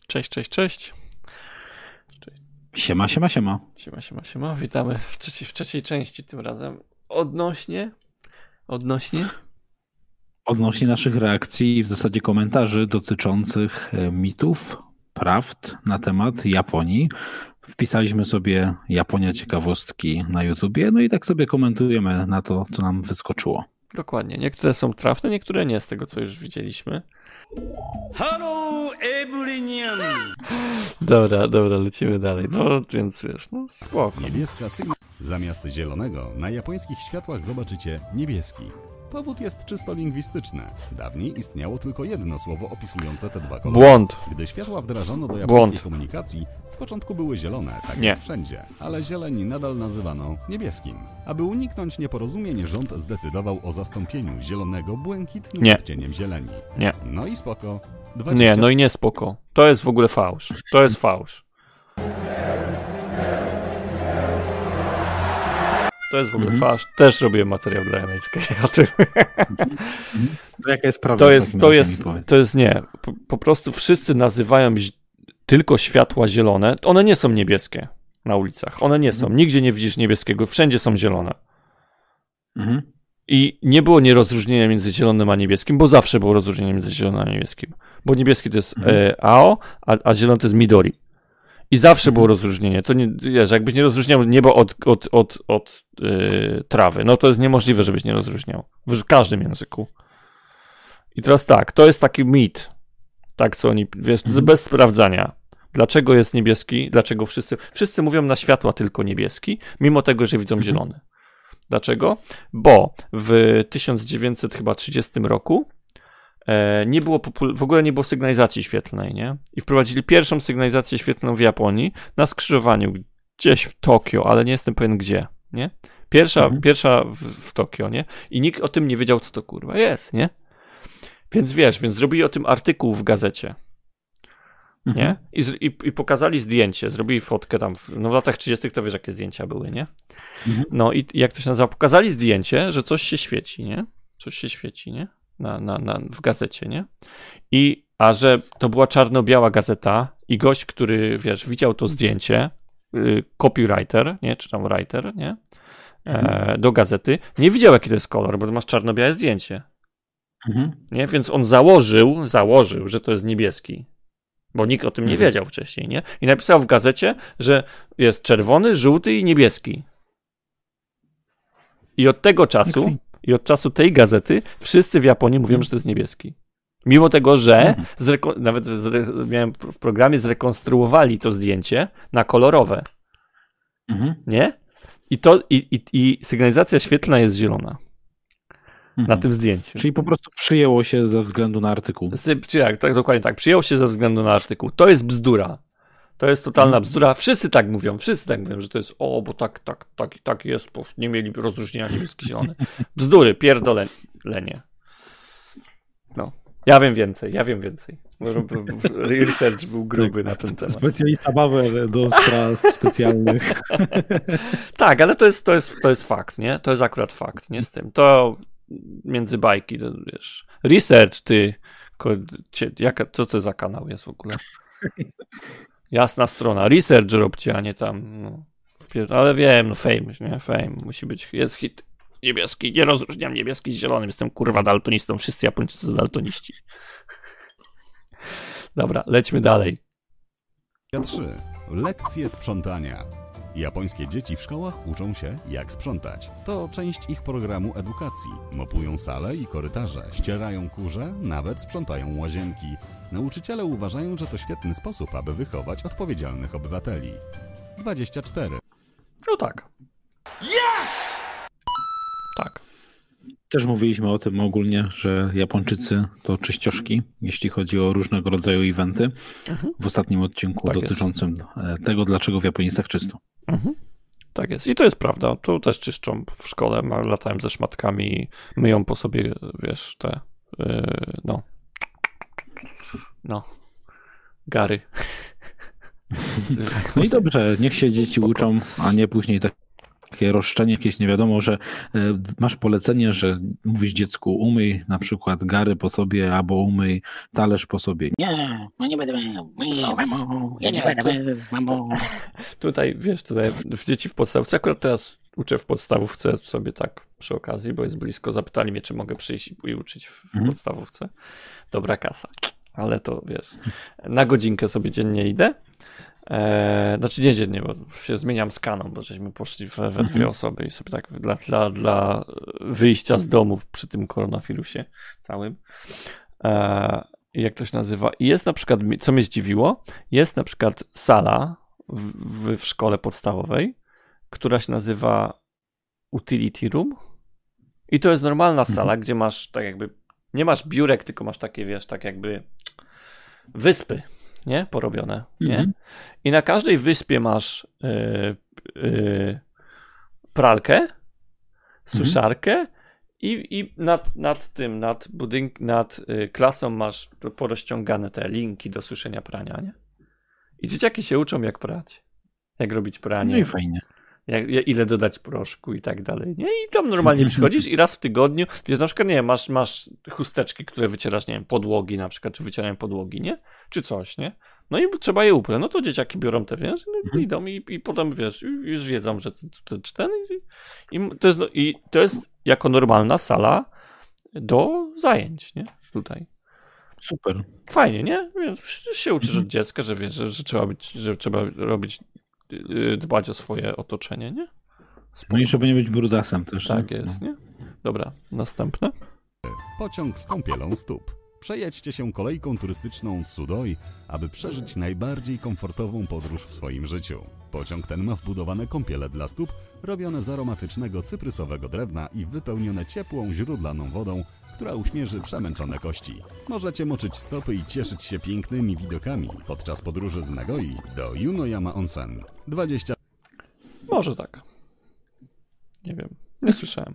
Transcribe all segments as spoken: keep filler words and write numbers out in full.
Cześć, cześć, cześć. Siema, siema, siema. Siema, siema, siema. Witamy w trzeciej, w trzeciej części tym razem. Odnośnie? Odnośnie? Odnośnie naszych reakcji i w zasadzie komentarzy dotyczących mitów, prawd na temat Japonii. Wpisaliśmy sobie Japonia ciekawostki na YouTubie, no i tak sobie komentujemy na to, co nam wyskoczyło. Dokładnie. Niektóre są trafne, niektóre nie, z tego co już widzieliśmy. Hello, everyone! Dobra, dobra, lecimy dalej. No, więc wiesz, no spoko. Niebieska sygnał. Zamiast zielonego na japońskich światłach zobaczycie niebieski. Powód jest czysto lingwistyczny. Dawniej istniało tylko jedno słowo opisujące te dwa kolory. Błąd. Gdy światła wdrożono do japońskiej Błąd. komunikacji, z początku były zielone, tak Nie. jak wszędzie, ale zieleń nadal nazywano niebieskim. Aby uniknąć nieporozumień, rząd zdecydował o zastąpieniu zielonego błękitnym Nie. odcieniem zieleni. Nie. No i spoko. Nie, dwadzieścia no i nie spoko. To jest w ogóle fałsz. To jest fałsz. To jest w ogóle Mhm. fałsz. Też robiłem materiał dla Janeczka o tym. To jaka jest prawda? To w jest, takim to razie jest, mi powiedz? to jest nie. Po, po prostu wszyscy nazywają ź- tylko światła zielone. One nie są niebieskie na ulicach. One nie są. Nigdzie nie widzisz niebieskiego. Wszędzie są zielone. Mhm. I nie było nierozróżnienia między zielonym a niebieskim, bo zawsze było rozróżnienie między zielonym a niebieskim. Bo niebieski to jest Mhm. e, Ao, a, a zielony to jest Midori. I zawsze Mhm. było rozróżnienie. To nie, wiesz, jakbyś nie rozróżniał niebo od, od, od, od yy, trawy, no to jest niemożliwe, żebyś nie rozróżniał. W każdym języku. I teraz tak, to jest taki mit. Tak, co oni, wiesz, Mhm. bez sprawdzania. Dlaczego jest niebieski? Dlaczego wszyscy, wszyscy mówią na światła tylko niebieski, mimo tego, że widzą Mhm. zielony. Dlaczego? Bo w tysiąc dziewięćset trzydziestym roku e, nie było popul- w ogóle nie było sygnalizacji świetlnej, nie? I wprowadzili pierwszą sygnalizację świetlną w Japonii na skrzyżowaniu gdzieś w Tokio, ale nie jestem pewien gdzie, nie? Pierwsza, Mhm. pierwsza w, w Tokio, nie? I nikt o tym nie wiedział, co to kurwa jest, nie? Więc wiesz, więc zrobili o tym artykuł w gazecie. Nie? I, z, i, I pokazali zdjęcie, zrobili fotkę tam, w, no w latach trzydziestych to wiesz, jakie zdjęcia były, nie? Mhm. No i jak to się nazywa? Pokazali zdjęcie, że coś się świeci, nie? Coś się świeci, nie? Na, na, na, w gazecie, nie? I, a że to była czarno-biała gazeta i gość, który, wiesz, widział to zdjęcie, y, copywriter, nie? Czy tam writer, nie? E, do gazety, nie widział, jaki to jest kolor, bo to masz czarno-białe zdjęcie, Mhm. nie? Więc on założył, założył, że to jest niebieski. Bo nikt o tym nie Mhm. wiedział wcześniej, nie? I napisał w gazecie, że jest czerwony, żółty i niebieski. I od tego czasu, Okej. i od czasu tej gazety, wszyscy w Japonii mówią, że to jest niebieski. Mimo tego, że Mhm. zreko- nawet zre- miałem w programie, zrekonstruowali to zdjęcie na kolorowe, Mhm. nie? I, to, i, i, i sygnalizacja świetlna jest zielona na Mhm. tym zdjęciu. Czyli po prostu przyjęło się ze względu na artykuł. Z- Czy jak, tak, dokładnie tak. Przyjął się ze względu na artykuł. To jest bzdura. To jest totalna bzdura. Wszyscy tak mówią. Wszyscy tak mówią, że to jest o, bo tak, tak, tak, tak jest, bo nie mieli rozróżnienia niebieski-zielony. Bzdury, pierdolenie. No. Ja wiem więcej, ja wiem więcej. Może b- b- Research był gruby na ten temat. Specjalista Bauer do spraw specjalnych. Tak, ale to jest, to jest, to jest fakt, nie? To jest akurat fakt, nie z tym. To między bajki, to wiesz. Research, ty, ko- cie, jaka, co to za kanał jest w ogóle? Jasna strona. Research róbcie, a nie tam, no. wpier- Ale wiem, no fame, nie? Fame. Musi być, jest hit niebieski. Nie rozróżniam niebieski z zielonym. Jestem kurwa daltonistą. Wszyscy Japończycy to daltoniści. Dobra, lećmy dalej. trzy. Lekcje sprzątania. Japońskie dzieci w szkołach uczą się, jak sprzątać. To część ich programu edukacji. Mopują sale i korytarze, ścierają kurze, nawet sprzątają łazienki. Nauczyciele uważają, że to świetny sposób, aby wychować odpowiedzialnych obywateli. dwadzieścia cztery. No tak. Yes! Tak. Też mówiliśmy o tym ogólnie, że Japończycy to czyścioszki, jeśli chodzi o różnego rodzaju eventy. Mhm. W ostatnim odcinku Tak jest. dotyczącym e, tego, dlaczego w Japonii jest tak czysto. Mhm. Tak jest. I to jest prawda. Tu też czyszczą w szkole, ma- latają ze szmatkami i myją po sobie, wiesz, te, yy, no, no, gary. No i dobrze, niech się dzieci Spoko. uczą, a nie później tak takie roszczenie jakieś, nie wiadomo, że masz polecenie, że mówisz dziecku umyj na przykład gary po sobie albo umyj talerz po sobie. Nie, no nie będę mył, myj, mamo, ja nie będę mył, mamo. Tutaj, wiesz, tutaj w dzieci w podstawówce, akurat teraz uczę w podstawówce sobie tak przy okazji, bo jest blisko, zapytali mnie, czy mogę przyjść i uczyć w, w Mhm. podstawówce. Dobra kasa, ale to wiesz, na godzinkę sobie dziennie idę. Eee, znaczy nie dziennie, bo się zmieniam z kaną, bo żeśmy poszli we, we dwie Mhm. osoby i sobie tak dla, dla, dla wyjścia z domu przy tym koronawirusie całym. Eee, jak to się nazywa? I jest na przykład, co mnie zdziwiło, jest na przykład sala w, w, w szkole podstawowej, która się nazywa Utility Room i to jest normalna sala, Mhm. gdzie masz tak jakby, nie masz biurek, tylko masz takie, wiesz, tak jakby wyspy, nie? Porobione, nie? Mhm. I na każdej wyspie masz yy, yy, pralkę, suszarkę i, i nad, nad tym, nad budynk, nad y, klasą masz porozciągane te linki do suszenia prania, nie? I dzieciaki się uczą jak prać, jak robić pranie. No i fajnie. Jak, jak, ile dodać proszku i tak dalej, nie? I tam normalnie przychodzisz i raz w tygodniu, wiesz, na przykład, nie wiem, masz, masz chusteczki, które wycierasz, nie wiem, podłogi na przykład, czy wycierają podłogi, nie? Czy coś, nie? No i trzeba je uprać. No to dzieciaki biorą te, wiesz, no, idą i, i potem, wiesz, już wiedzą, że to ten i, i, to jest, i to jest jako normalna sala do zajęć, nie? Tutaj. Super. Fajnie, nie? Więc się uczysz od dziecka, że wiesz, że, że trzeba być, że trzeba robić, yy, dbać o swoje otoczenie, nie? Spoko. No i żeby nie być brudasem też. Tak nie? jest, nie? Dobra, następne. Pociąg z kąpielą stóp. Przejedźcie się kolejką turystyczną Tsudoi, aby przeżyć najbardziej komfortową podróż w swoim życiu. Pociąg ten ma wbudowane kąpiele dla stóp, robione z aromatycznego cyprysowego drewna i wypełnione ciepłą, źródlaną wodą, która uśmierzy przemęczone kości. Możecie moczyć stopy i cieszyć się pięknymi widokami podczas podróży z Nagoi do Yunoyama Onsen. dwadzieścia Może tak. Nie wiem, nie słyszałem.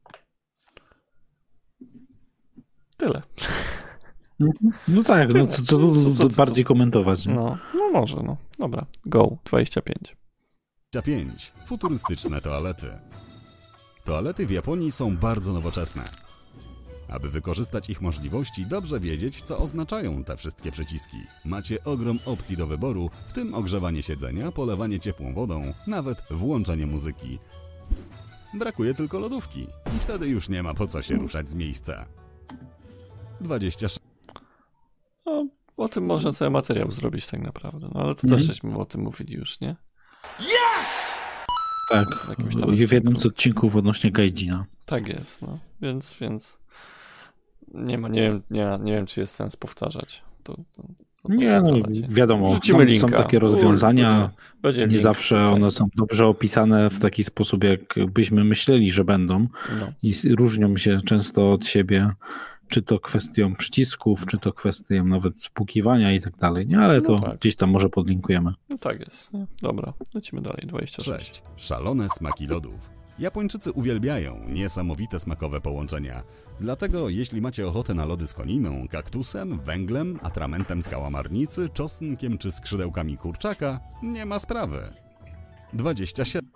Tyle. No tak, no to, to, to, Co- co- to co- bardziej komentować. Nie? No, no może, no. Dobra, go, dwadzieścia pięć. pięć. Futurystyczne toalety. Toalety w Japonii są bardzo nowoczesne. Aby wykorzystać ich możliwości, dobrze wiedzieć, co oznaczają te wszystkie przyciski. Macie ogrom opcji do wyboru, w tym ogrzewanie siedzenia, polewanie ciepłą wodą, nawet włączenie muzyki. Brakuje tylko lodówki i wtedy już nie ma po co się ruszać z miejsca. dwadzieścia sześć. No, o tym można cały materiał zrobić tak naprawdę, no ale to Mhm. też żeśmy o tym mówili już, nie? Tak, w jakimś tam w jednym z odcinku. odcinków odnośnie Gaijina. Tak jest, no. Więc, więc nie ma, nie wiem, nie, nie wiem, czy jest sens powtarzać. To, to, to Nie, no powtarzać. wiadomo, Wrzucimy są, linka. są takie rozwiązania, Będzie, będzie nie link zawsze tutaj. one są dobrze opisane w taki sposób, jak byśmy myśleli, że będą No. i s- różnią się często od siebie, czy to kwestią przycisków, czy to kwestią nawet spłukiwania i tak dalej, nie? Ale No to tak. gdzieś tam może podlinkujemy. No tak jest, nie? Dobra, lecimy dalej, dwadzieścia sześć. sześć. Szalone smaki lodów. Japończycy uwielbiają niesamowite smakowe połączenia. Dlatego jeśli macie ochotę na lody z koniną, kaktusem, węglem, atramentem z kałamarnicy, czosnkiem czy skrzydełkami kurczaka, nie ma sprawy. dwadzieścia siedem.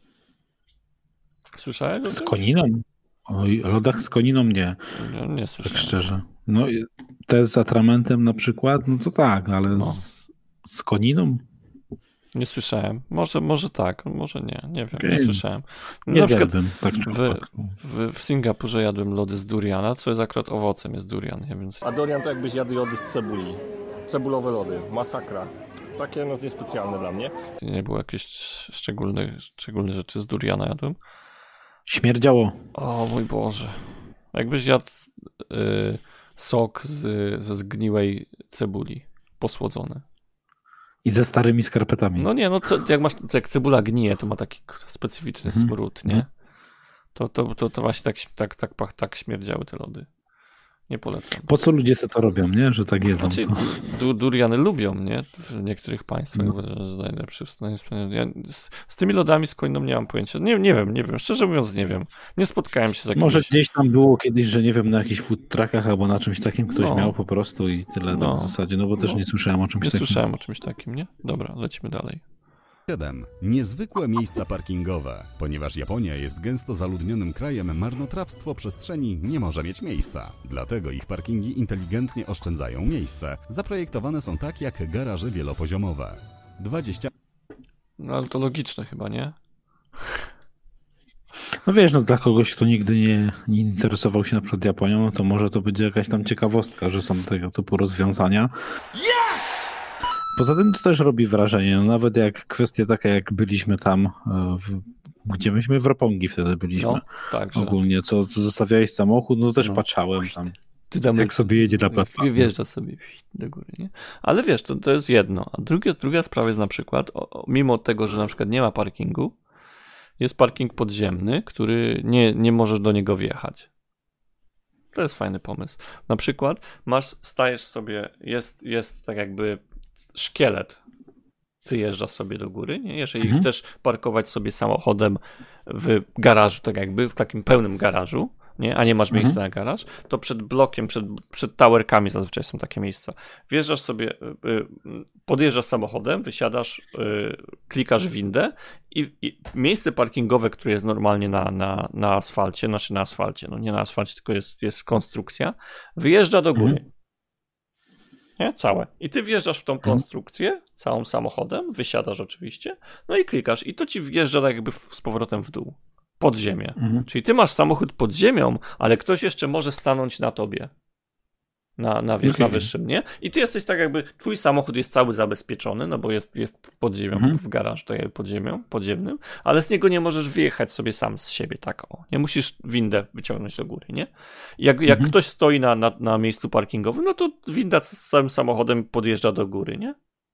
Słyszałeś o Z tym? koniną? Oj, o lodach z koniną nie, Nie, nie tak słyszałem. szczerze. No i te z atramentem na przykład, no to tak, ale No. z, z koniną? Nie słyszałem. Może, może tak, może nie, nie wiem, nie Okej. słyszałem. Nie Na przykład zjadłbym, tak czy w, owak. w, w Singapurze jadłem lody z duriana, co jest akurat owocem, jest durian, nie? Więc A dorian to jakbyś jadł lody z cebuli. Cebulowe lody, masakra. Takie no niespecjalne dla mnie. nie było jakieś szczególne, szczególne rzeczy z duriana jadłem. Śmierdziało. O mój Boże. Jakbyś jadł y, sok z, ze zgniłej cebuli, posłodzony. I ze starymi skarpetami. No nie, no co, jak masz, jak cebula gnije, to ma taki specyficzny Mhm. smród, nie? To, to, to, to właśnie tak, tak, tak, tak, tak śmierdziały te lody. Nie polecam. Po co ludzie se to robią, nie? Że tak jedzą. Znaczy, to. du, duriany lubią, nie? W niektórych państwach No. uważam, że najlepszy. Ja z, z tymi lodami z koniną nie mam pojęcia. Nie, nie wiem, nie wiem. Szczerze mówiąc nie wiem. Nie spotkałem się z jakimś... Może gdzieś tam było kiedyś, że nie wiem, na jakichś food truckach albo na czymś takim ktoś No. miał po prostu i tyle No. tak w zasadzie, no bo też No. nie słyszałem o czymś Nie takim. słyszałem o czymś takim, nie? Dobra, lecimy dalej. siedem. Niezwykłe miejsca parkingowe. Ponieważ Japonia jest gęsto zaludnionym krajem, marnotrawstwo przestrzeni nie może mieć miejsca. Dlatego ich parkingi inteligentnie oszczędzają miejsce. Zaprojektowane są tak jak garaże wielopoziomowe. dwadzieścia. No ale to logiczne chyba, nie? No wiesz, no dla kogoś, kto nigdy nie, nie interesował się na przykład Japonią, no to może to będzie jakaś tam ciekawostka, że są tego typu rozwiązania. Yes! Poza tym to też robi wrażenie, no nawet jak kwestie takie, jak byliśmy tam, w, gdzie myśmy w Roppongi wtedy byliśmy. No, także. Ogólnie, co, co zostawiałeś samochód, no też No. patrzałem tam, Ty tam jak sobie jedzie na platformę. Wjeżdża sobie do góry, nie? Ale wiesz, to, to jest jedno. A drugie, druga sprawa jest na przykład, o, o, mimo tego, że na przykład nie ma parkingu, jest parking podziemny, który nie, nie możesz do niego wjechać. To jest fajny pomysł. Na przykład masz, stajesz sobie, jest, jest tak jakby szkielet, wyjeżdża sobie do góry, nie? Jeżeli Mhm. chcesz parkować sobie samochodem w garażu, tak jakby w takim pełnym garażu, nie? A nie masz Mhm. miejsca na garaż, to przed blokiem, przed, przed towerkami zazwyczaj są takie miejsca. Wjeżdżasz sobie, y, y, podjeżdżasz samochodem, wysiadasz, y, klikasz windę i, i miejsce parkingowe, które jest normalnie na, na, na asfalcie, znaczy na asfalcie, no nie na asfalcie, tylko jest, jest konstrukcja, wyjeżdża do góry. Mhm. Nie? Całe. I ty wjeżdżasz w tą konstrukcję całym samochodem, wysiadasz oczywiście, no i klikasz i to ci wjeżdża tak jakby w, z powrotem w dół. Pod ziemię. Mhm. Czyli ty masz samochód pod ziemią, ale ktoś jeszcze może stanąć na tobie. Na, na, wiesz, Okej. na wyższym, nie? I ty jesteś tak jakby, twój samochód jest cały zabezpieczony, no bo jest, jest pod ziemią, Mhm. w garażu, tak jakby pod ziemią, podziemnym, ale z niego nie możesz wyjechać sobie sam z siebie, tak o. Nie musisz windę wyciągnąć do góry, nie? Jak, jak Mhm. ktoś stoi na, na, na miejscu parkingowym, no to winda z całym samochodem podjeżdża do góry, nie?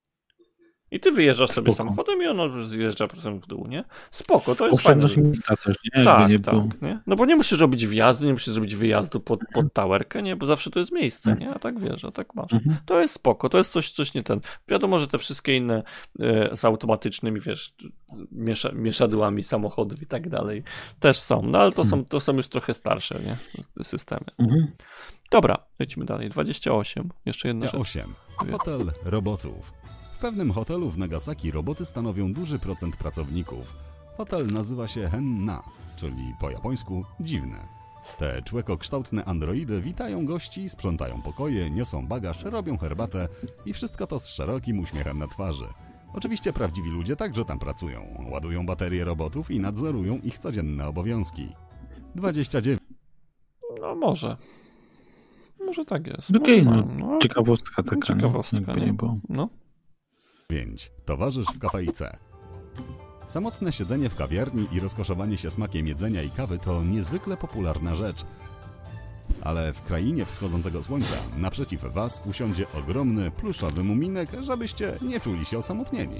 I ty wyjeżdżasz sobie Spoko. samochodem i ono zjeżdża po prostu w dół, nie? Spoko, to jest fajne. Oszczędność miejsca też, nie? Jakby Tak, nie tak, było. nie? No bo nie musisz robić wjazdu, nie musisz zrobić wyjazdu pod, pod towerkę, nie? Bo zawsze to jest miejsce, nie? A tak wiesz, a tak masz. Mhm. To jest spoko, to jest coś, coś nie ten. Wiadomo, że te wszystkie inne e, z automatycznymi, wiesz, miesza, mieszadłami samochodów i tak dalej też są, no ale to są, to są już trochę starsze, nie? Systemy. Mhm. Dobra, lecimy dalej. dwadzieścia osiem. Jeszcze jedna rzecz. osiem. Hotel robotów. W pewnym hotelu w Nagasaki roboty stanowią duży procent pracowników. Hotel nazywa się Henna, czyli po japońsku dziwne. Te człekokształtne androidy witają gości, sprzątają pokoje, niosą bagaż, robią herbatę i wszystko to z szerokim uśmiechem na twarzy. Oczywiście prawdziwi ludzie także tam pracują, ładują baterie robotów i nadzorują ich codzienne obowiązki. dwadzieścia dziewięć. No może. Może tak jest. Okej, Może no, mają. No, ciekawostka taka, ciekawostka, nie? Jakby nie? nie było. no. pięć. Towarzysz w kafejce. Samotne siedzenie w kawiarni i rozkoszowanie się smakiem jedzenia i kawy to niezwykle popularna rzecz. Ale w krainie wschodzącego słońca naprzeciw was usiądzie ogromny, pluszowy muminek, żebyście nie czuli się osamotnieni.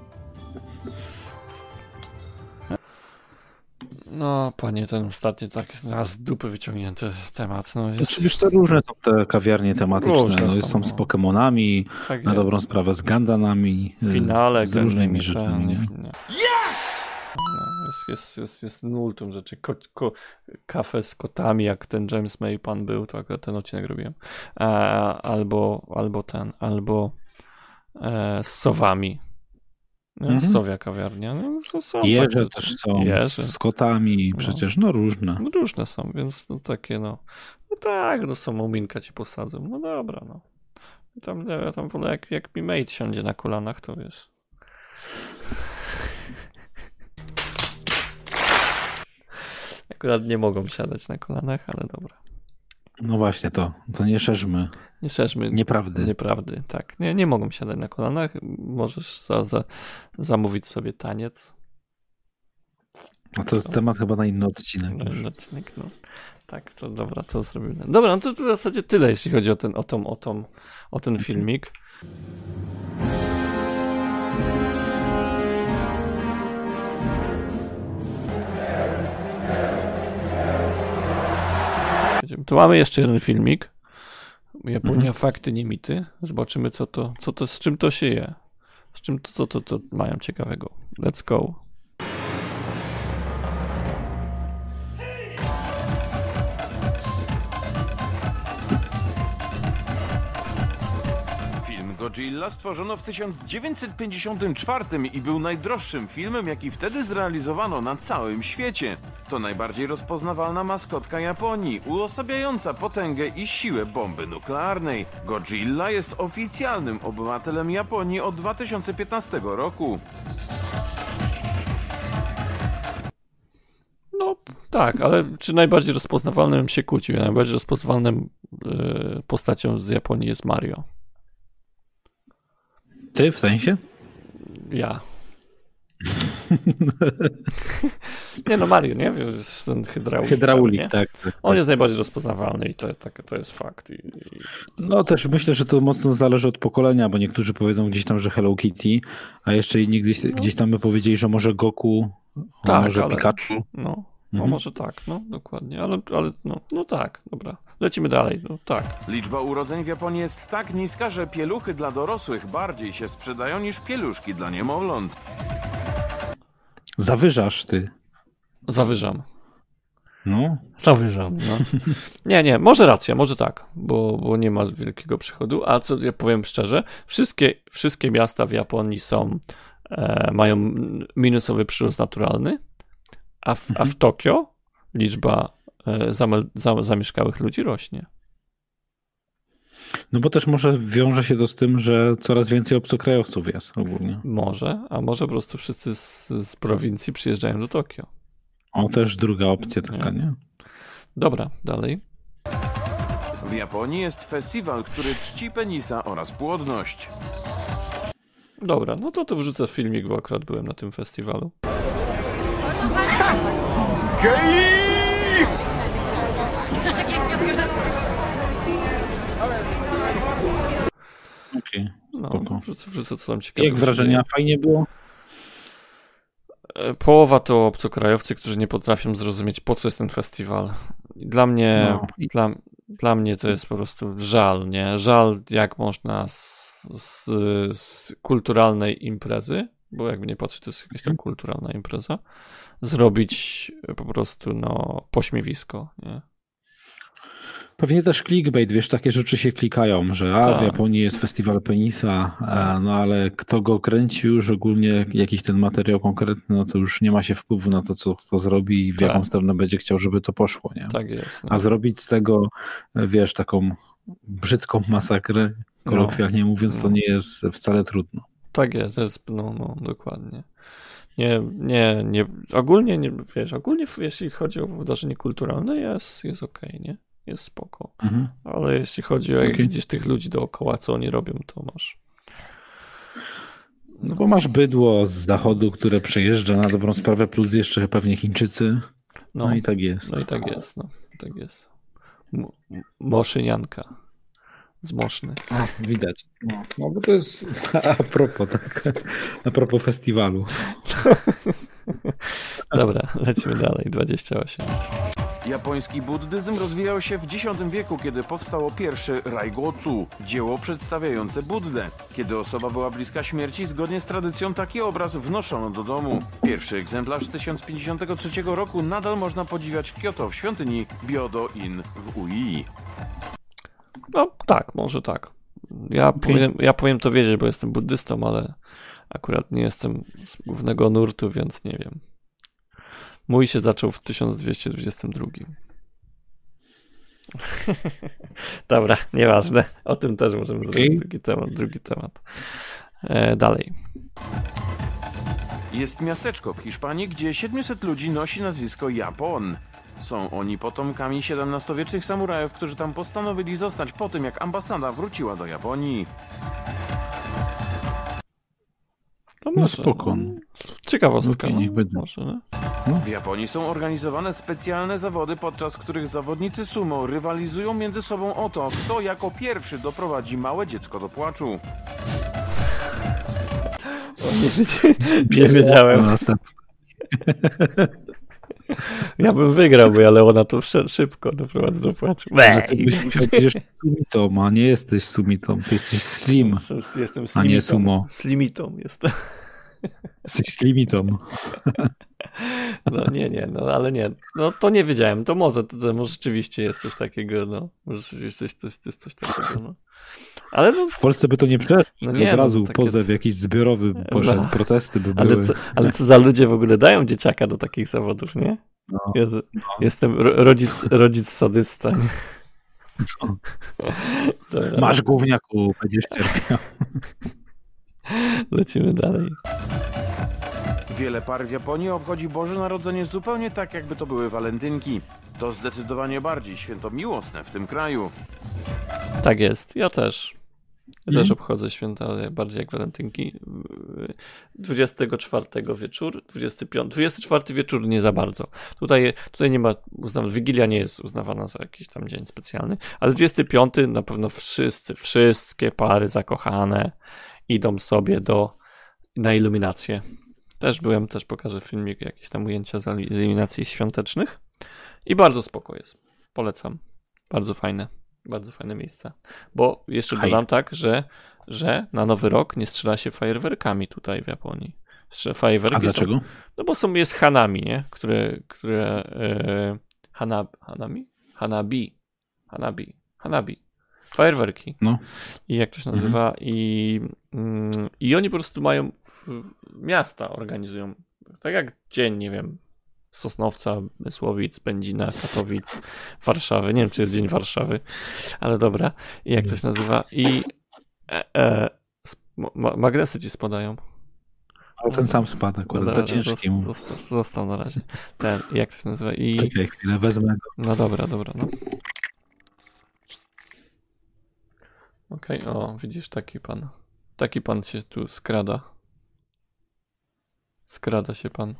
No, panie, ten ostatni tak z dupy wyciągnięty temat. No, jest... Oczywiście różne są te kawiarnie tematyczne. Różne No, są, są no. z Pokemonami, tak na jest. dobrą sprawę z Gandanami, W finale, z różnymi ten, rzeczami. Nie? nie? Yes! No, jest, jest, jest, jest multum rzeczy. Ko, ko, kafe z kotami, jak ten James May pan był, to akurat ten odcinek robiłem. E, albo, albo ten, albo e, z sowami. Nie? Mhm. Sowia kawiarnia. No, to są Jeże takie też rzeczy. są, Jeże. z kotami, No. przecież no różne. No, różne są, więc no, takie no. No tak, no są muminka ci posadzą. No dobra, no. I tam, ja tam wolę, jak, jak mi mate siądzie na kolanach, to wiesz. Akurat nie mogą siadać na kolanach, ale dobra. No właśnie, to, to nie szerzmy Nie szerzmy nieprawdy. nieprawdy. Tak, nie, nie mogą siadać na kolanach. Możesz za, za, zamówić sobie taniec. No to jest temat chyba na inny odcinek. No, już. odcinek, no. Tak, to dobra, to zrobimy. Dobra, no to, to w zasadzie tyle, jeśli chodzi o ten, o tą, o tą, o ten filmik. Tu mamy jeszcze jeden filmik. Japonia, Mhm. fakty, nie mity. Zobaczymy, co to, co to, z czym to się je. Z czym to, co to, to mają ciekawego. Let's go. Film Godzilla stworzono w tysiąc dziewięćset pięćdziesiątym czwartym i był najdroższym filmem, jaki wtedy zrealizowano na całym świecie. To najbardziej rozpoznawalna maskotka Japonii, uosabiająca potęgę i siłę bomby nuklearnej. Godzilla jest oficjalnym obywatelem Japonii od dwa tysiące piętnastego roku. No tak, ale czy najbardziej rozpoznawalnym się kłócił? Najbardziej rozpoznawalnym yy, postacią z Japonii jest Mario. Ty w sensie? Ja. Nie no, Mario, nie? Wiesz, ten hydraulik. Hydraulik, cały, tak, tak. On jest najbardziej rozpoznawalny i to, tak, to jest fakt. I, i... No też myślę, że to mocno zależy od pokolenia, bo niektórzy powiedzą gdzieś tam, że Hello Kitty, a jeszcze inni gdzieś, no. gdzieś tam by powiedzieli, że może Goku, a tak, może ale... Pikachu. No. No Mhm. może tak, no dokładnie, ale, ale no, no tak, dobra, lecimy dalej, no tak. Liczba urodzeń w Japonii jest tak niska, że pieluchy dla dorosłych bardziej się sprzedają niż pieluszki dla niemowląt. Zawyżasz ty. Zawyżam. No. Zawyżam, no. Nie, nie, może racja, może tak, bo, bo nie ma wielkiego przychodu, a co ja powiem szczerze, wszystkie, wszystkie miasta w Japonii są, e, mają minusowy przyrost naturalny, a w, a w Tokio liczba e, zamel- za, zamieszkałych ludzi rośnie. No bo też może wiąże się to z tym, że coraz więcej obcokrajowców jest ogólnie. Może, a może po prostu wszyscy z, z prowincji przyjeżdżają do Tokio. O, też druga opcja taka, nie? nie? Dobra, dalej. W Japonii jest festiwal, który czci penisa oraz płodność. Dobra, no to to wrzucę filmik, bo akurat byłem na tym festiwalu. Okej, No, spoko. wrzucę, wrzucę co tam ciekawego. Jak wrażenia? Fajnie było? Połowa to obcokrajowcy, którzy nie potrafią zrozumieć, po co jest ten festiwal. Dla mnie, No. dla, dla mnie to jest po prostu żal, nie? Żal, jak można z, z, z kulturalnej imprezy, bo jakby nie patrzeć, to jest jakaś tam kulturalna impreza, zrobić po prostu, no, pośmiewisko, nie? Pewnie też clickbait, wiesz, takie rzeczy się klikają, że a, Tak. w Japonii jest festiwal penisa, a, no ale kto go kręci już ogólnie, jakiś ten materiał konkretny, no to już nie ma się wpływu na to, co kto zrobi i w Tak. jaką stronę będzie chciał, żeby to poszło, nie? Tak jest. No. A zrobić z tego, wiesz, taką brzydką masakrę, kolokwialnie mówiąc, to no. nie jest wcale trudno. Tak jest, jest, no, no, dokładnie. Nie, nie, nie, ogólnie, nie, wiesz, ogólnie jeśli chodzi o wydarzenie kulturalne, jest, jest okej, nie? Jest spoko. Mhm. Ale jeśli chodzi o, jak Okay. widzisz tych ludzi dookoła, co oni robią, to masz. No bo masz bydło z zachodu, które przejeżdża na dobrą sprawę, plus jeszcze pewnie Chińczycy. No, No, i tak jest. no i tak jest, no, tak jest. M- Moszynianka. Z Moszny. A, widać. No, no bo to jest a propos, tak. A propos festiwalu. Dobra, lecimy dalej. dwadzieścia osiem. Japoński buddyzm rozwijał się w dziesiątym wieku, kiedy powstało pierwszy Raigotsu, dzieło przedstawiające Buddę. Kiedy osoba była bliska śmierci, zgodnie z tradycją taki obraz wnoszono do domu. Pierwszy egzemplarz z tysiąc pięćdziesiątego trzeciego roku nadal można podziwiać w Kyoto w świątyni Byodo-in w Ui. No tak, może tak. Ja, Okay. powiem, ja powiem to wiedzieć, bo jestem buddystą, ale akurat nie jestem z głównego nurtu, więc nie wiem. Mój się zaczął w tysiąc dwieście dwudziestym drugim. Dobra, nieważne. O tym też możemy Okay. zrobić drugi temat. Drugi temat. E, dalej. Jest miasteczko w Hiszpanii, gdzie siedmiuset ludzi nosi nazwisko Japon. Są oni potomkami siedemnastowiecznych samurajów, którzy tam postanowili zostać po tym, jak ambasada wróciła do Japonii. No, No może, spoko. no. Ciekawostka. Okej, niech no, będzie. może, no. W Japonii są organizowane specjalne zawody, podczas których zawodnicy sumo rywalizują między sobą o to, kto jako pierwszy doprowadzi małe dziecko do płaczu. Nie, wiedziałem, nie wiedziałem. Ja bym wygrał, bo ja Leona to wszedł szybko doprowadzę do płaczu. Ale ty byś musiał być jeszcze sumitą, a nie jesteś sumitą. Ty jesteś slim. Jestem, jestem A nie slimitą. sumo. Slimitą jestem. Jesteś slimitą. No nie, nie, no ale nie. No to nie wiedziałem. To może, to może rzeczywiście jest coś takiego, no. Może rzeczywiście jest coś, to jest coś takiego, no. Ale no, W Polsce by to nie przeszło. No No nie, od no, razu takie- pozew jakiś zbiorowy poszedł, No. protesty by ale, były. co, ale co za ludzie w ogóle dają dzieciaka do takich zawodów, nie? No. Jezu, jestem ro- rodzic, rodzic sadysta. Nie? Dobra, Masz gówniaku, będziesz cierpiał. lecimy dalej. Wiele par w Japonii obchodzi Boże Narodzenie zupełnie tak, jakby to były walentynki. To zdecydowanie bardziej święto miłosne w tym kraju. Tak jest, ja też. Ja Mhm. też obchodzę święta, ale bardziej jak walentynki. dwudziestego czwartego wieczór, dwudziestego piątego, dwudziesty czwarty wieczór nie za bardzo. Tutaj, tutaj nie ma uznawana, Wigilia nie jest uznawana za jakiś tam dzień specjalny, ale dwudziesty piąty na pewno wszyscy, wszystkie pary zakochane idą sobie do, na iluminację. Też byłem, też pokażę filmik, jakieś tam ujęcia z z iluminacji świątecznych i bardzo spoko jest. Polecam. Bardzo fajne. Bardzo fajne miejsce. Bo jeszcze Haj. dodam tak, że, że na Nowy Rok nie strzela się fajerwerkami tutaj w Japonii. Strze- Fajerwerki A dlaczego? Są, no bo są, jest hanami, nie? Które, które e, hana, hanami? Hanabi. Hanabi. Hanabi. Fajerwerki. No. I jak to się nazywa? I, mm, I oni po prostu mają w, miasta organizują. Tak jak dzień, nie wiem, Sosnowca, Mysłowic, Będzina, Katowic, Warszawy. Nie wiem, czy jest Dzień Warszawy, ale dobra. I jak to się nazywa? I e, e, sp- ma, magnesy ci spadają. O, ten sam spadł akurat, Dobra, za ciężkim. Został, został na razie. Ten, jak to się nazywa? I... Czekaj chwilę, wezmę go. No dobra, dobra, no. Okej, o, widzisz, taki pan. Taki pan się tu skrada. Skrada się pan.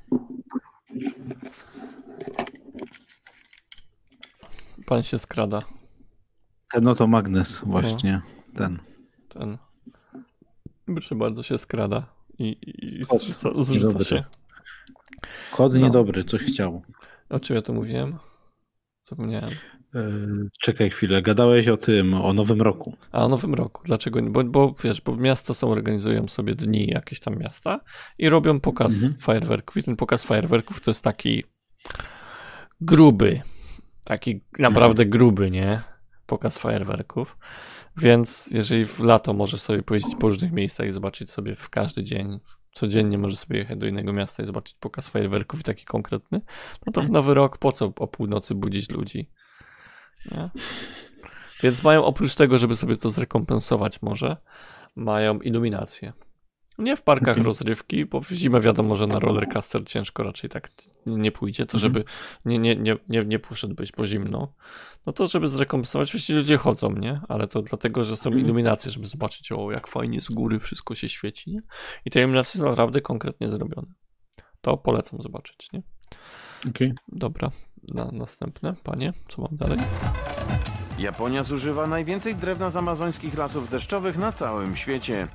Pan się skrada. Ten oto magnes właśnie, ten. Ten. Proszę bardzo, się skrada. I, i, i Kod. zrzuca, zrzuca Niedobry. się. Kod No. niedobry, coś chciał. O czym ja to mówiłem? Zapomniałem. Yy, czekaj chwilę, gadałeś o tym, o Nowym Roku. A o Nowym Roku. Dlaczego nie? Bo, bo wiesz, bo miasta są, organizują sobie dni jakieś tam miasta i robią pokaz Mhm. fajerwerków. I ten pokaz fajerwerków to jest taki gruby. Taki naprawdę gruby, nie? Pokaz fajerwerków. Więc jeżeli w lato możesz sobie pojeździć po różnych miejscach i zobaczyć sobie w każdy dzień, codziennie możesz sobie jechać do innego miasta i zobaczyć pokaz fajerwerków i taki konkretny, no to w Nowy Rok po co o północy budzić ludzi? Nie? Więc mają oprócz tego, żeby sobie to zrekompensować może, mają iluminację. Nie w parkach Okay. rozrywki, bo w zimę wiadomo, że na rollercoaster ciężko raczej tak nie pójdzie, to żeby nie, nie, nie, nie, nie poszedłbyś po zimno, no to żeby zrekompensować, oczywiście ludzie chodzą, nie? Ale to dlatego, że są iluminacje, żeby zobaczyć, o jak fajnie z góry wszystko się świeci, nie? I te iluminacje są naprawdę konkretnie zrobione. To polecam zobaczyć, nie? Okay. Dobra, na następne, panie, co mam dalej? Japonia zużywa najwięcej drewna z amazońskich lasów deszczowych na całym świecie.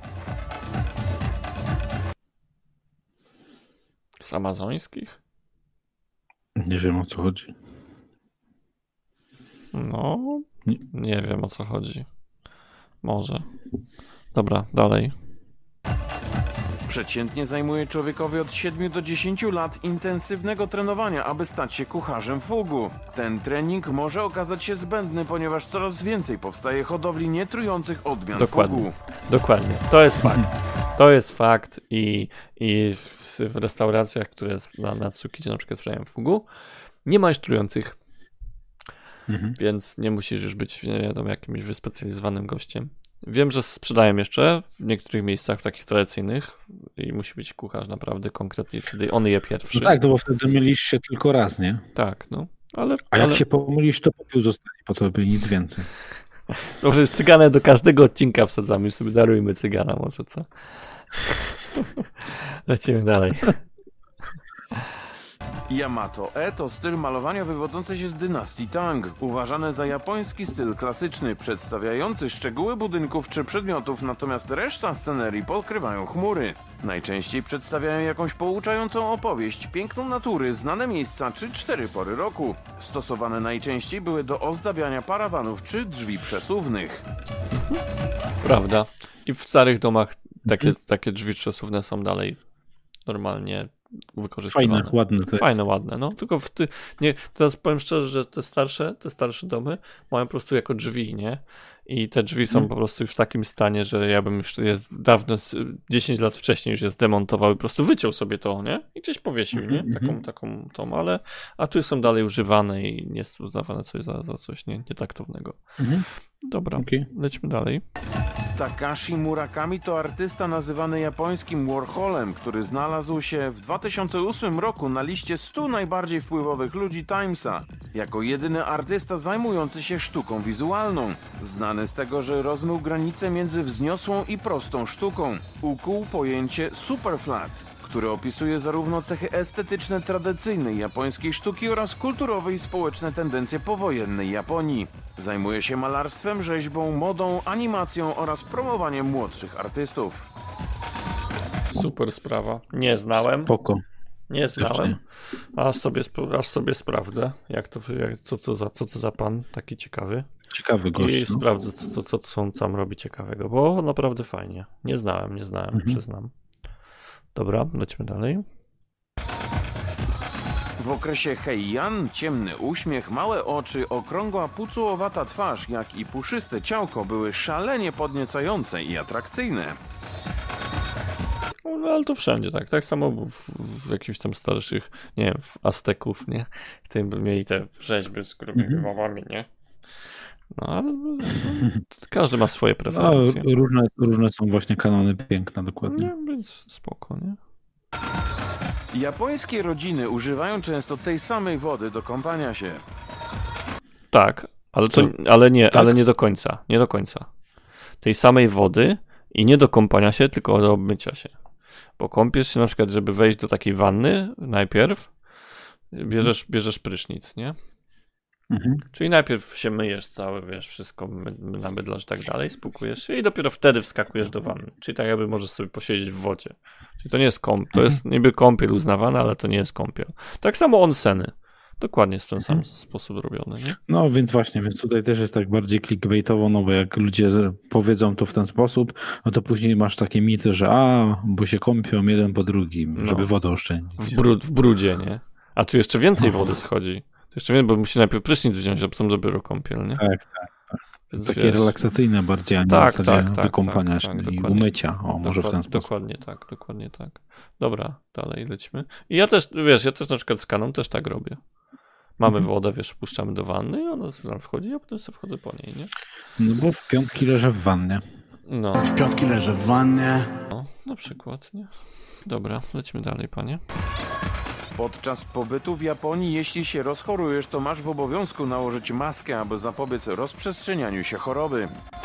Z amazońskich? Nie wiem o co chodzi. No, Nie. nie wiem o co chodzi. Może. Dobra, dalej. Przeciętnie zajmuje człowiekowi od siedmiu do dziesięciu lat intensywnego trenowania, aby stać się kucharzem fugu. Ten trening może okazać się zbędny, ponieważ coraz więcej powstaje hodowli nietrujących odmian Dokładnie. fugu. Dokładnie. To jest fakt. To jest fakt i, i w, w restauracjach, które na, na Tsukidzie na przykład sprzedają fugu, nie ma już trujących, Mhm. więc nie musisz już być, nie wiadomo, jakimś wyspecjalizowanym gościem. Wiem, że sprzedają jeszcze w niektórych miejscach takich tradycyjnych i musi być kucharz naprawdę konkretnie, wtedy on je pierwszy. No tak, no bo wtedy mylisz się tylko raz, nie? Tak, no. Ale, A jak ale... się pomylisz, to popiół zostanie po tobie, nic więcej. Dobrze, cyganę do każdego odcinka wsadzamy i sobie darujmy cygana może, co? Lecimy dalej. Yamato-e to styl malowania wywodzący się z dynastii Tang, uważany za japoński styl klasyczny, przedstawiający szczegóły budynków czy przedmiotów, natomiast reszta scenerii pokrywają chmury. Najczęściej przedstawiają jakąś pouczającą opowieść, piękną natury, znane miejsca czy cztery pory roku. Stosowane najczęściej były do ozdabiania parawanów czy drzwi przesuwnych. Prawda. I w starych domach takie, takie drzwi przesuwne są dalej normalnie wykorzystywane. Fajne, ładne to jest. Fajne, ładne, no. Tylko w ty... nie, teraz powiem szczerze, że te starsze, te starsze domy mają po prostu jako drzwi, nie? I te drzwi są Hmm. po prostu już w takim stanie, że ja bym już jest dawno, dziesięć lat wcześniej już je zdemontował i po prostu wyciął sobie to, nie? I gdzieś powiesił, nie? Mhm, Taką, mhm. taką tą, ale a tu są dalej używane i nie jest uznawane coś za, za coś nie, nietaktownego. Mhm. Dobra, Okej. lećmy dalej. Takashi Murakami to artysta nazywany japońskim Warholem, który znalazł się w dwa tysiące ósmym roku na liście stu najbardziej wpływowych ludzi Timesa, jako jedyny artysta zajmujący się sztuką wizualną. Znany z tego, że rozmył granicę między wzniosłą i prostą sztuką. Ukuł pojęcie superflat, które opisuje zarówno cechy estetyczne tradycyjnej japońskiej sztuki oraz kulturowe i społeczne tendencje powojennej Japonii. Zajmuje się malarstwem, rzeźbą, modą, animacją oraz promowaniem młodszych artystów. Super sprawa. Nie znałem. Spoko. Nie znałem. Aż sobie, sp- aż sobie sprawdzę, jak to, jak, co, to za, co to za pan taki ciekawy. Ciekawy I gość. No. sprawdzę, co, co, co, co on tam robi ciekawego, bo naprawdę fajnie. Nie znałem, nie znałem, Mhm. przyznam. Dobra, lecimy dalej. W okresie Heian ciemny uśmiech, małe oczy, okrągła pucułowata twarz, jak i puszyste ciałko były szalenie podniecające i atrakcyjne. No ale to wszędzie tak. Tak samo w, w jakichś tam starszych, nie wiem, w Azteków, nie? Tym mieli te rzeźby z grubymi Mhm. głowami, nie? No ale no, każdy ma swoje No, preferencje. różne, różne są właśnie kanony piękna, dokładnie. Nie, więc spoko, nie? Japońskie rodziny używają często tej samej wody do kąpania się. Tak, ale, to, Co? ale nie, Tak? ale nie do końca, nie do końca. Tej samej wody i nie do kąpania się, tylko do obmycia się. Bo kąpiesz się na przykład, żeby wejść do takiej wanny najpierw, bierzesz, bierzesz prysznic, nie? Mhm. Czyli najpierw się myjesz całe, wiesz, wszystko my, my namydlasz i tak dalej, spłukujesz się i dopiero wtedy wskakujesz do wanny. Czyli tak jakby możesz sobie posiedzieć w wodzie. Czyli to nie jest kąp, to jest niby kąpiel uznawana, ale to nie jest kąpiel. Tak samo onseny. Dokładnie w ten sam sposób robione, nie? No więc właśnie, więc tutaj też jest tak bardziej clickbaitowo, no bo jak ludzie z- powiedzą to w ten sposób, no to później masz takie mity, że a, bo się kąpią jeden po drugim, No. żeby wodę oszczędzić. W, brud, w brudzie, nie? A tu jeszcze więcej No. wody schodzi. Tu jeszcze więcej, bo musi najpierw prysznic wziąć, a potem dopiero kąpiel, nie? Tak, tak. Więc Takie wiesz, relaksacyjne bardziej, a nie Tak, w zasadzie tak, tak, wykąpania tak, się tak, i dokładnie. umycia. O, może w ten Dokład- sposób. Dokładnie tak, dokładnie tak. Dobra, dalej lecimy. I ja też, wiesz, ja też na przykład z kaną też tak robię. Mamy Mhm. wodę, wiesz, wpuszczamy do wanny i ona tam wchodzi, a potem sobie wchodzę po niej, nie? No bo w piątki leżę w wannie. No, W piątki leżę w wannie. no, na przykład, nie? Dobra, lecimy dalej, panie. Podczas pobytu w Japonii, jeśli się rozchorujesz, to masz w obowiązku nałożyć maskę, aby zapobiec rozprzestrzenianiu się choroby.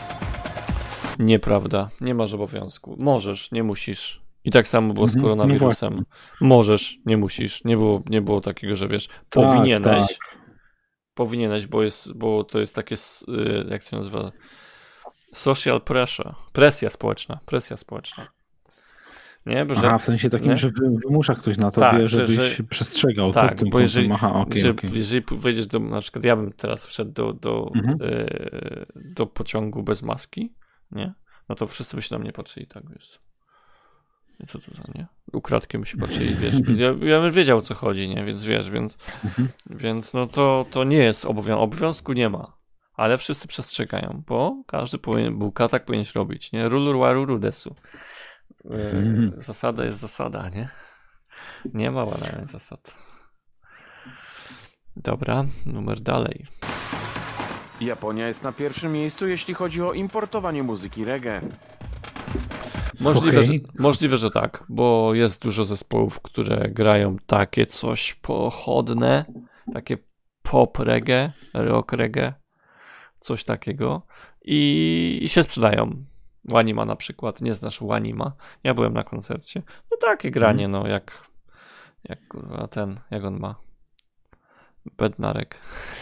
Nieprawda, nie masz obowiązku. Możesz, nie musisz. I tak samo było z Mhm, no koronawirusem. Możesz, nie musisz. Nie było, nie było takiego, że wiesz, powinieneś. tak. Powinieneś, bo, jest, bo to jest takie, s- y, jak to się nazywa? Social pressure. Presja społeczna. Presja społeczna. Nie, bo że, Aha, w sensie takim, nie? że wy- wymusza ktoś na tobie, Tak, że- żebyś że- przestrzegał. tak, pod tym bo jeżeli, kątem. Aha, okej, że, okej. jeżeli wejdziesz do, na przykład ja bym teraz wszedł do, do, Mhm. y, do pociągu bez maski, nie? No to wszyscy by się na mnie patrzyli, tak, wiesz. I co to za, nie? Ukradkiem by się patrzyli, wiesz. Ja, ja bym wiedział, o co chodzi, nie? Więc wiesz, więc, Mhm. więc no to, to nie jest obowiązku. Obowiązku nie ma. Ale wszyscy przestrzegają, bo każdy powinien, bułka tak powinieneś robić, nie? Rulu, waru, desu. Mhm. Yy, zasada jest zasada, nie? Nie ma łamania zasad. Dobra, numer dalej. Japonia jest na pierwszym miejscu, jeśli chodzi o importowanie muzyki reggae. Możliwe, Okej. że, możliwe, że tak, bo jest dużo zespołów, które grają takie coś pochodne, takie pop reggae, rock reggae, coś takiego i, i się sprzedają. Wanima na przykład, nie znasz Wanima? Ja byłem na koncercie. No takie granie, no jak jak kurwa ten, jak on ma? Bednarek.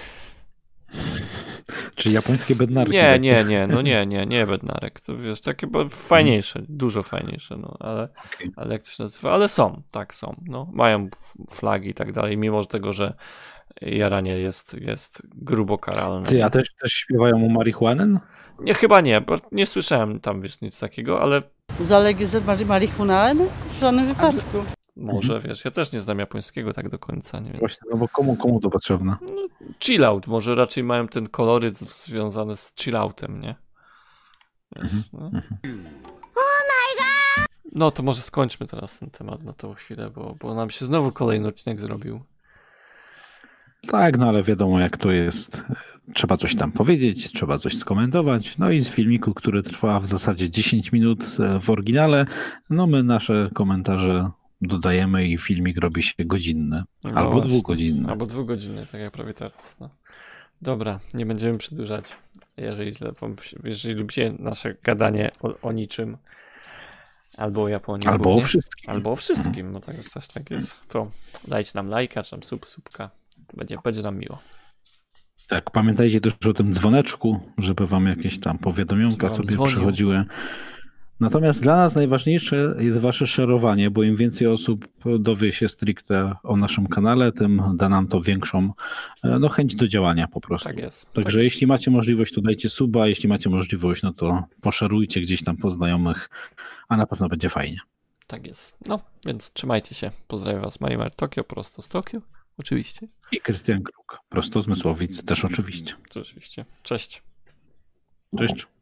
Czy japońskie bednarki? Nie, takie? nie, nie, no nie, nie, nie Bednarek. To wiesz, takie bo fajniejsze, dużo fajniejsze, no, ale, Okej. ale jak to się nazywa? Ale są, tak są, no. Mają flagi i tak dalej, mimo tego, że jaranie jest, jest grubo karalne. Ty, a też, też śpiewają o marihuanę? Nie, chyba nie, bo nie słyszałem tam, wiesz, nic takiego, ale Zalegalizować marihuanę? W żadnym wypadku. może, mhm. wiesz, ja też nie znam japońskiego tak do końca. Nie wiem. Właśnie, no bo komu, komu to potrzebne? No, chill out, może raczej mają ten koloryt związany z chill outem, nie? Wiesz, mhm. no. Mhm. no to może skończmy teraz ten temat na tą chwilę, bo, bo nam się znowu kolejny odcinek zrobił. Tak, no ale wiadomo jak to jest. Trzeba coś tam powiedzieć, trzeba coś skomentować. No i z filmiku, który trwa w zasadzie dziesięć minut w oryginale, no my nasze komentarze dodajemy i filmik robi się godzinny. No albo właśnie. dwugodzinny. Albo dwugodzinny, tak jak prawie teraz. No. Dobra, nie będziemy przedłużać. Jeżeli, jeżeli lubicie nasze gadanie o, o niczym, albo o Japonii. Albo głównie, o wszystkim. Albo o wszystkim, no tak jest, też tak jest. To dajcie nam lajka, czy tam sub, subka. Będzie, będzie nam miło. Tak, pamiętajcie też o tym dzwoneczku, żeby wam jakieś tam powiadomionka sobie dzwonił. przychodziły. Natomiast dla nas najważniejsze jest wasze szerowanie, bo im więcej osób dowie się stricte o naszym kanale, tym da nam to większą no, chęć do działania po prostu. Tak jest. Także tak jeśli jest. macie możliwość, to dajcie suba, jeśli macie możliwość, no to poszerujcie gdzieś tam po znajomych, a na pewno będzie fajnie. Tak jest. No, więc trzymajcie się. Pozdrawiam was, Marimar Tokio, prosto z Tokio. Oczywiście. I Krystian Kruk, prosto z Mysłowic, też oczywiście. Oczywiście. Cześć. Cześć.